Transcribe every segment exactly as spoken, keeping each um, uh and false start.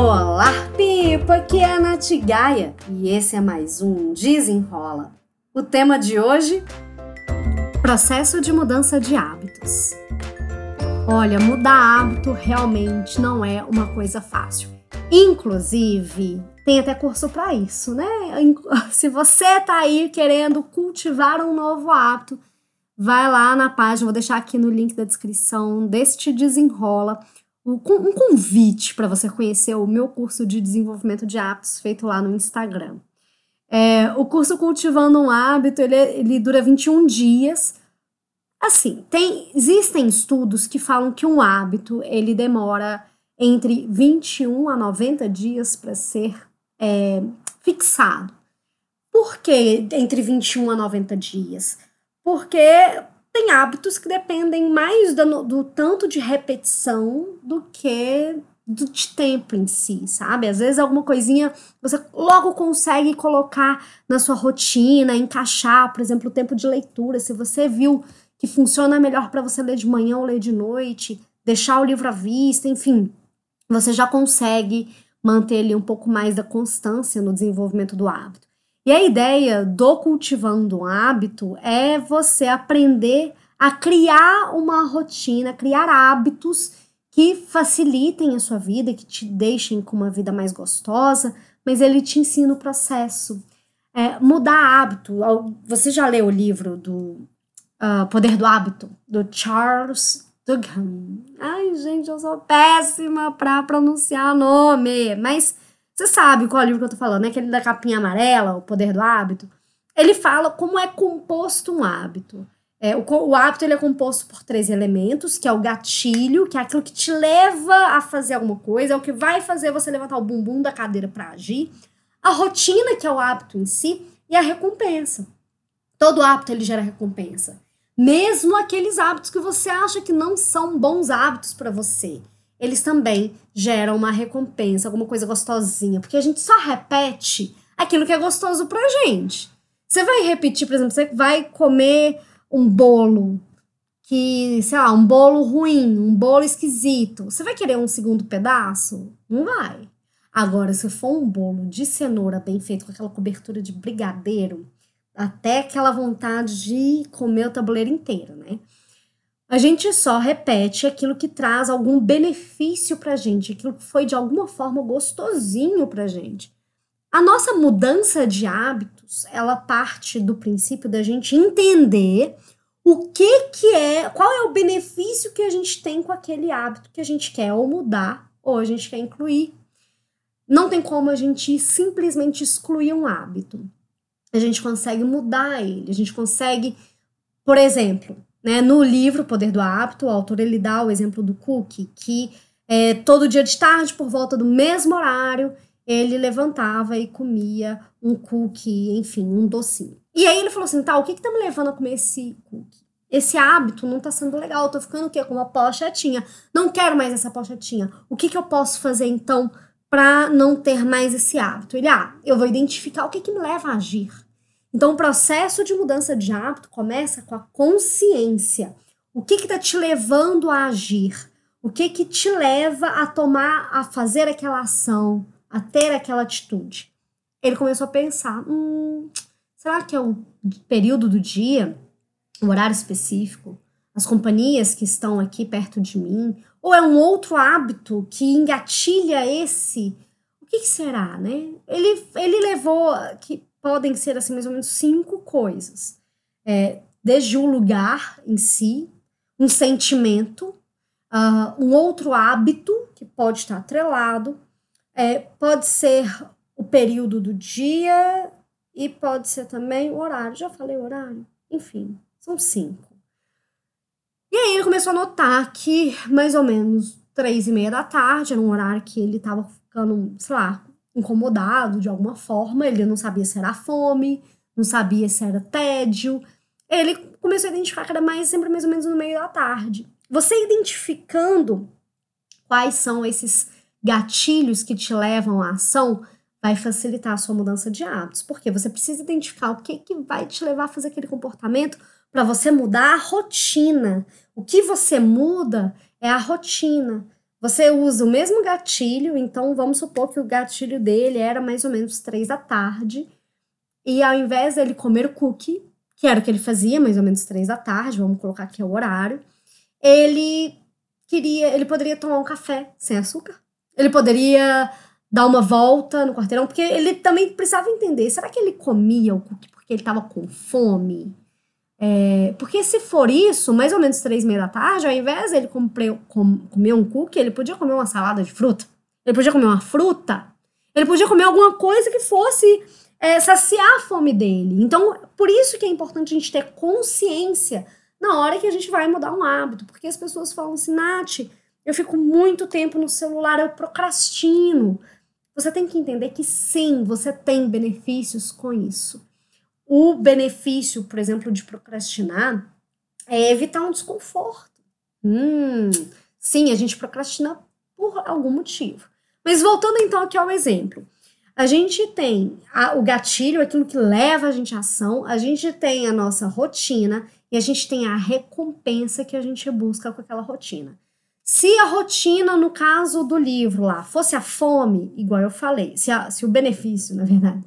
Olá, Pipa! Aqui é a Nath Gaia e esse é mais um Desenrola. O tema de hoje: processo de mudança de hábitos. Olha, mudar hábito realmente não é uma coisa fácil. Inclusive, tem até curso para isso, né? Se você tá aí querendo cultivar um novo hábito, vai lá na página, vou deixar aqui no link da descrição deste Desenrola, um convite para você conhecer o meu curso de desenvolvimento de hábitos feito lá no Instagram. É, o curso Cultivando um Hábito, ele, ele dura vinte e um dias. Assim, tem, existem estudos que falam que um hábito, ele demora entre vinte e um a noventa dias para ser é, fixado. Por que entre vinte e um a noventa dias? Porque tem hábitos que dependem mais do, do tanto de repetição do que do de tempo em si, sabe? Às vezes alguma coisinha você logo consegue colocar na sua rotina, encaixar, por exemplo, o tempo de leitura. Se você viu que funciona melhor para você ler de manhã ou ler de noite, deixar o livro à vista, enfim, você já consegue manter ali um pouco mais da constância no desenvolvimento do hábito. E a ideia do Cultivando um Hábito é você aprender a criar uma rotina, criar hábitos que facilitem a sua vida, que te deixem com uma vida mais gostosa, mas ele te ensina o processo. É, mudar hábito. Você já leu o livro do uh, Poder do Hábito, do Charles Duhigg? Ai, gente, eu sou péssima para pronunciar nome, mas você sabe qual é o livro que eu tô falando, né? Aquele da capinha amarela, O Poder do Hábito. Ele fala como é composto um hábito. É, o, o hábito ele é composto por três elementos, que é o gatilho, que é aquilo que te leva a fazer alguma coisa, é o que vai fazer você levantar o bumbum da cadeira para agir. A rotina, que é o hábito em si, e a recompensa. Todo hábito ele gera recompensa. Mesmo aqueles hábitos que você acha que não são bons hábitos para você, eles também geram uma recompensa, alguma coisa gostosinha, porque a gente só repete aquilo que é gostoso pra gente. Você vai repetir, por exemplo, você vai comer um bolo que, sei lá, um bolo ruim, um bolo esquisito. Você vai querer um segundo pedaço? Não vai. Agora, se for um bolo de cenoura bem feito, com aquela cobertura de brigadeiro, até aquela vontade de comer o tabuleiro inteiro, né? A gente só repete aquilo que traz algum benefício pra gente, aquilo que foi de alguma forma gostosinho pra gente. A nossa mudança de hábitos, ela parte do princípio da gente entender o que que é, qual é o benefício que a gente tem com aquele hábito que a gente quer ou mudar ou a gente quer incluir. Não tem como a gente simplesmente excluir um hábito. A gente consegue mudar ele, a gente consegue, por exemplo, né, no livro Poder do Hábito, o autor ele dá o exemplo do cookie, que é, todo dia de tarde, por volta do mesmo horário, ele levantava e comia um cookie, enfim, um docinho. E aí ele falou assim, tá, o que que tá me levando a comer esse cookie? Esse hábito não tá sendo legal, eu tô ficando o quê? Com uma pochetinha. Não quero mais essa pochetinha. O que que eu posso fazer, então, pra não ter mais esse hábito? Ele, ah, eu vou identificar o que que me leva a agir. Então, o processo de mudança de hábito começa com a consciência. O que que tá te levando a agir? O que que te leva a tomar, a fazer aquela ação, a ter aquela atitude? Ele começou a pensar, hum, será que é um período do dia, um horário específico, as companhias que estão aqui perto de mim, ou é um outro hábito que engatilha esse? O que que será, né? Ele, ele levou... que podem ser, assim, mais ou menos cinco coisas. É, desde o lugar em si, um sentimento, uh, um outro hábito que pode estar atrelado, é, pode ser o período do dia e pode ser também o horário. Já falei horário? Enfim, são cinco. E aí ele começou a notar que mais ou menos três e meia da tarde era um horário que ele estava ficando, sei lá, incomodado de alguma forma, ele não sabia se era fome, não sabia se era tédio. Ele começou a identificar que era mais, sempre mais ou menos no meio da tarde. Você identificando quais são esses gatilhos que te levam à ação, vai facilitar a sua mudança de hábitos. Porque você precisa identificar o que, que vai te levar a fazer aquele comportamento para você mudar a rotina. O que você muda é a rotina. Você usa o mesmo gatilho, então vamos supor que o gatilho dele era mais ou menos três da tarde, e ao invés dele comer o cookie, que era o que ele fazia, mais ou menos três da tarde, vamos colocar aqui o horário, ele queria, ele poderia tomar um café sem açúcar, ele poderia dar uma volta no quarteirão, porque ele também precisava entender, será que ele comia o cookie porque ele estava com fome? É, porque se for isso, mais ou menos três e meia da tarde, ao invés de ele compre, com, comer um cookie, ele podia comer uma salada de fruta, ele podia comer uma fruta, ele podia comer alguma coisa que fosse é, saciar a fome dele. Então, por isso que é importante a gente ter consciência na hora que a gente vai mudar um hábito, porque as pessoas falam assim, Nath, eu fico muito tempo no celular, eu procrastino. Você tem que entender que sim, você tem benefícios com isso. O benefício, por exemplo, de procrastinar é evitar um desconforto. Hum, sim, a gente procrastina por algum motivo. Mas voltando então aqui ao exemplo. A gente tem a, o gatilho, aquilo que leva a gente à ação, a gente tem a nossa rotina e a gente tem a recompensa que a gente busca com aquela rotina. Se a rotina, no caso do livro lá, fosse a fome, igual eu falei, se, a, se o benefício, na verdade,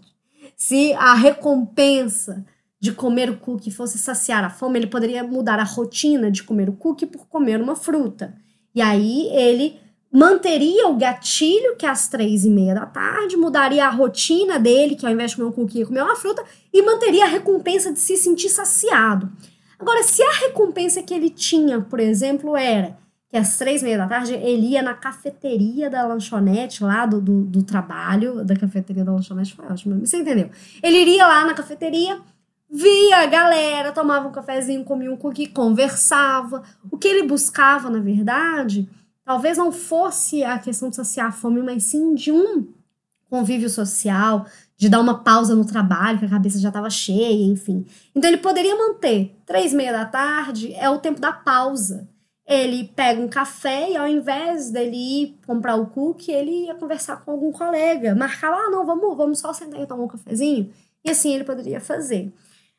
se a recompensa de comer o cookie fosse saciar a fome, ele poderia mudar a rotina de comer o cookie por comer uma fruta. E aí ele manteria o gatilho, que é às três e meia da tarde, mudaria a rotina dele, que ao invés de comer um cookie ia comer uma fruta, e manteria a recompensa de se sentir saciado. Agora, se a recompensa que ele tinha, por exemplo, era que às três e meia da tarde ele ia na cafeteria da lanchonete lá do, do, do trabalho, da cafeteria da lanchonete, foi ótimo, você entendeu? Ele iria lá na cafeteria, via a galera, tomava um cafezinho, comia um cookie, conversava. O que ele buscava, na verdade, talvez não fosse a questão de saciar a fome, mas sim de um convívio social, de dar uma pausa no trabalho, que a cabeça já estava cheia, enfim. Então ele poderia manter três e meia da tarde, é o tempo da pausa. Ele pega um café e ao invés dele ir comprar o cookie, ele ia conversar com algum colega, marcar, ah, não, vamos, vamos só sentar e tomar um cafezinho. E assim ele poderia fazer.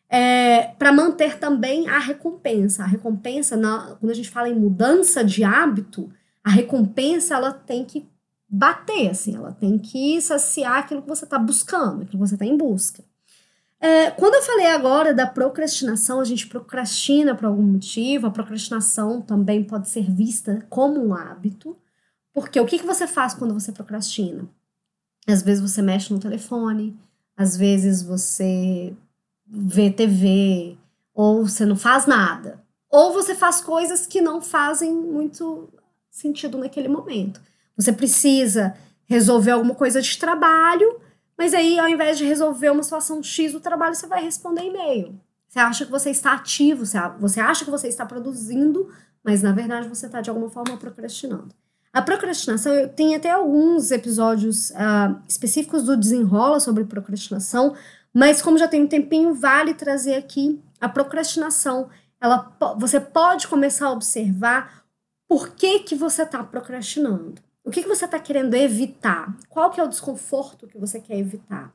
É, para manter também a recompensa. A recompensa, na, quando a gente fala em mudança de hábito, a recompensa ela tem que bater, assim, ela tem que saciar aquilo que você está buscando, aquilo que você está em busca. É, quando eu falei agora da procrastinação, a gente procrastina por algum motivo, a procrastinação também pode ser vista como um hábito, porque o que, que você faz quando você procrastina? Às vezes você mexe no telefone, às vezes você vê T V, ou você não faz nada, ou você faz coisas que não fazem muito sentido naquele momento. Você precisa resolver alguma coisa de trabalho, mas aí, ao invés de resolver uma situação X do trabalho, você vai responder e-mail. Você acha que você está ativo, você acha que você está produzindo, mas, na verdade, você está, de alguma forma, procrastinando. A procrastinação, eu tenho até alguns episódios uh, específicos do Desenrola sobre procrastinação, mas, como já tem um tempinho, vale trazer aqui a procrastinação. Ela, você pode começar a observar por que, que você está procrastinando. O que, que você está querendo evitar? Qual que é o desconforto que você quer evitar?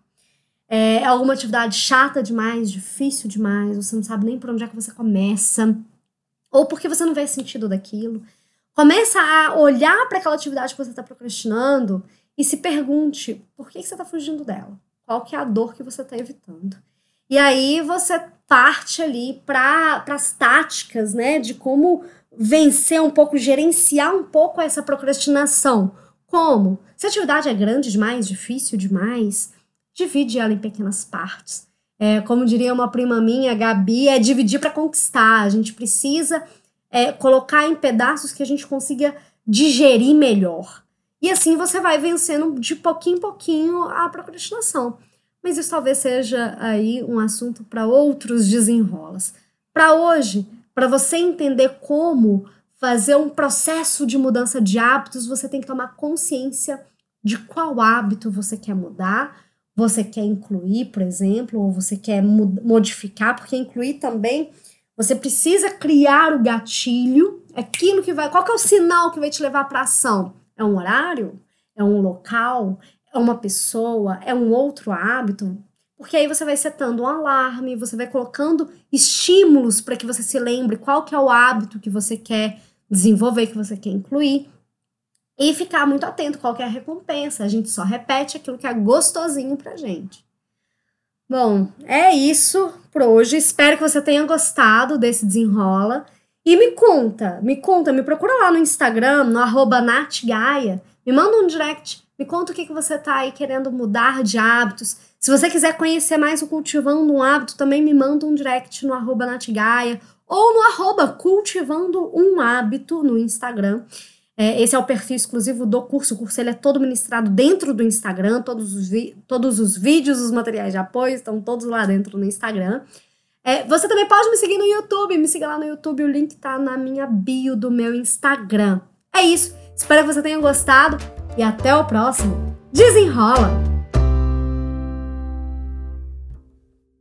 É alguma atividade chata demais, difícil demais, você não sabe nem por onde é que você começa, ou porque você não vê sentido daquilo. Começa a olhar para aquela atividade que você está procrastinando e se pergunte por que, que você está fugindo dela? Qual que é a dor que você está evitando? E aí você parte ali para as táticas, né, de como vencer um pouco, gerenciar um pouco essa procrastinação. Como? Se a atividade é grande demais, difícil demais, divide ela em pequenas partes. É, como diria uma prima minha, Gabi, é dividir para conquistar. A gente precisa é, colocar em pedaços que a gente consiga digerir melhor. E assim você vai vencendo de pouquinho em pouquinho a procrastinação. Mas isso talvez seja aí um assunto para outros desenrolas. Para hoje, para você entender como fazer um processo de mudança de hábitos, você tem que tomar consciência de qual hábito você quer mudar, você quer incluir, por exemplo, ou você quer modificar, porque incluir também, você precisa criar o gatilho, aquilo que vai, qual que é o sinal que vai te levar para a ação? É um horário? É um local? É uma pessoa? É um outro hábito? Porque aí você vai setando um alarme, você vai colocando estímulos para que você se lembre qual que é o hábito que você quer desenvolver, que você quer incluir. E ficar muito atento a qualquer recompensa. A gente só repete aquilo que é gostosinho pra gente. Bom, é isso por hoje. Espero que você tenha gostado desse desenrola. E me conta, me conta, me procura lá no Instagram, no arroba natgaia. Me manda um direct, me conta o que, que você tá aí querendo mudar de hábitos. Se você quiser conhecer mais o Cultivando um Hábito, também me manda um direct no arroba natgaia ou no arroba cultivando um hábito no Instagram. É, esse é o perfil exclusivo do curso. O curso ele é todo ministrado dentro do Instagram. Todos os, vi- todos os vídeos, os materiais de apoio estão todos lá dentro no Instagram. É, você também pode me seguir no YouTube. Me siga lá no YouTube. O link tá na minha bio do meu Instagram. É isso. Espero que você tenha gostado. E até o próximo. Desenrola!